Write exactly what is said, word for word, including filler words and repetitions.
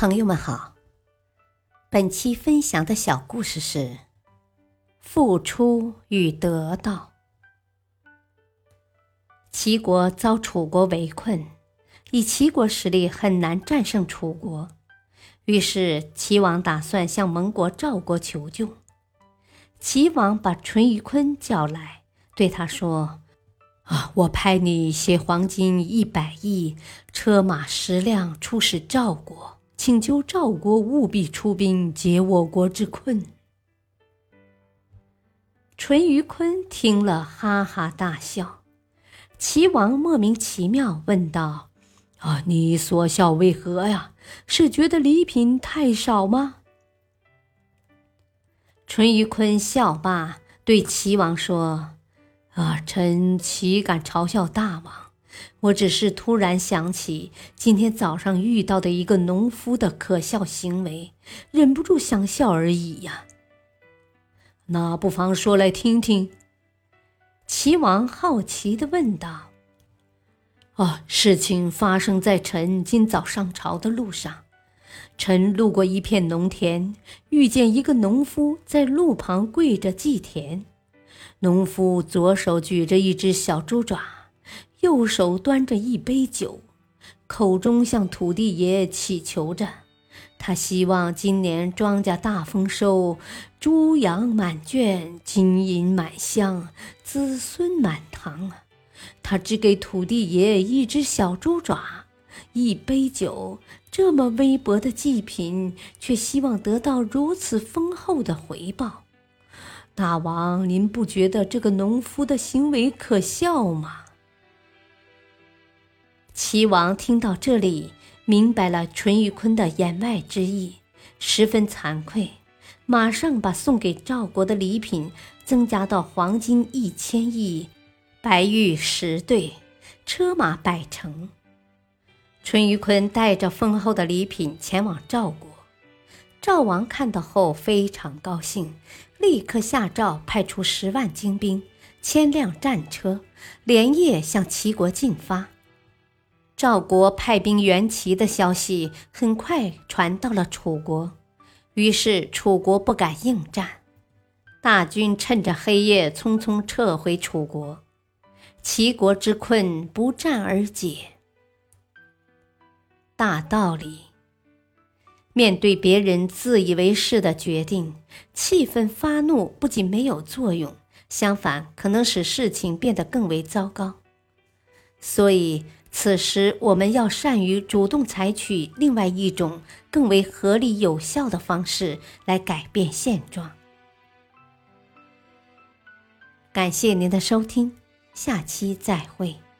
朋友们好，本期分享的小故事是付出与得到。齐国遭楚国围困，以齐国实力很难战胜楚国，于是齐王打算向盟国赵国求救。齐王把淳于髡叫来，对他说：啊，我派你携黄金一百亿，车马十辆出使赵国，请求赵国务必出兵解我国之困。淳于髡听了哈哈大笑。齐王莫名其妙问道：啊，你所笑为何呀？是觉得礼品太少吗？淳于髡笑罢，对齐王说：啊，臣岂敢嘲笑大王，我只是突然想起今天早上遇到的一个农夫的可笑行为，忍不住想笑而已呀。那不妨说来听听。齐王好奇地问道：啊，事情发生在臣今早上朝的路上，臣路过一片农田，遇见一个农夫在路旁跪着祭田。农夫左手举着一只小猪爪，右手端着一杯酒，口中向土地爷祈求着，他希望今年庄稼大丰收，猪羊满圈，金银满箱，子孙满堂。他只给土地爷一只小猪爪，一杯酒，这么微薄的祭品，却希望得到如此丰厚的回报。大王，您不觉得这个农夫的行为可笑吗？齐王听到这里，明白了淳于髡的言外之意，十分惭愧，马上把送给赵国的礼品增加到黄金一千亿，白玉十对，车马百乘。淳于髡带着丰厚的礼品前往赵国，赵王看到后非常高兴，立刻下诏派出十万精兵，千辆战车，连夜向齐国进发。赵国派兵援齐的消息很快传到了楚国，于是楚国不敢应战，大军趁着黑夜匆匆撤回楚国，齐国之困不战而解。大道理，面对别人自以为是的决定，气愤发怒不仅没有作用，相反可能使事情变得更为糟糕。所以此时我们要善于主动采取另外一种更为合理有效的方式来改变现状。感谢您的收听，下期再会。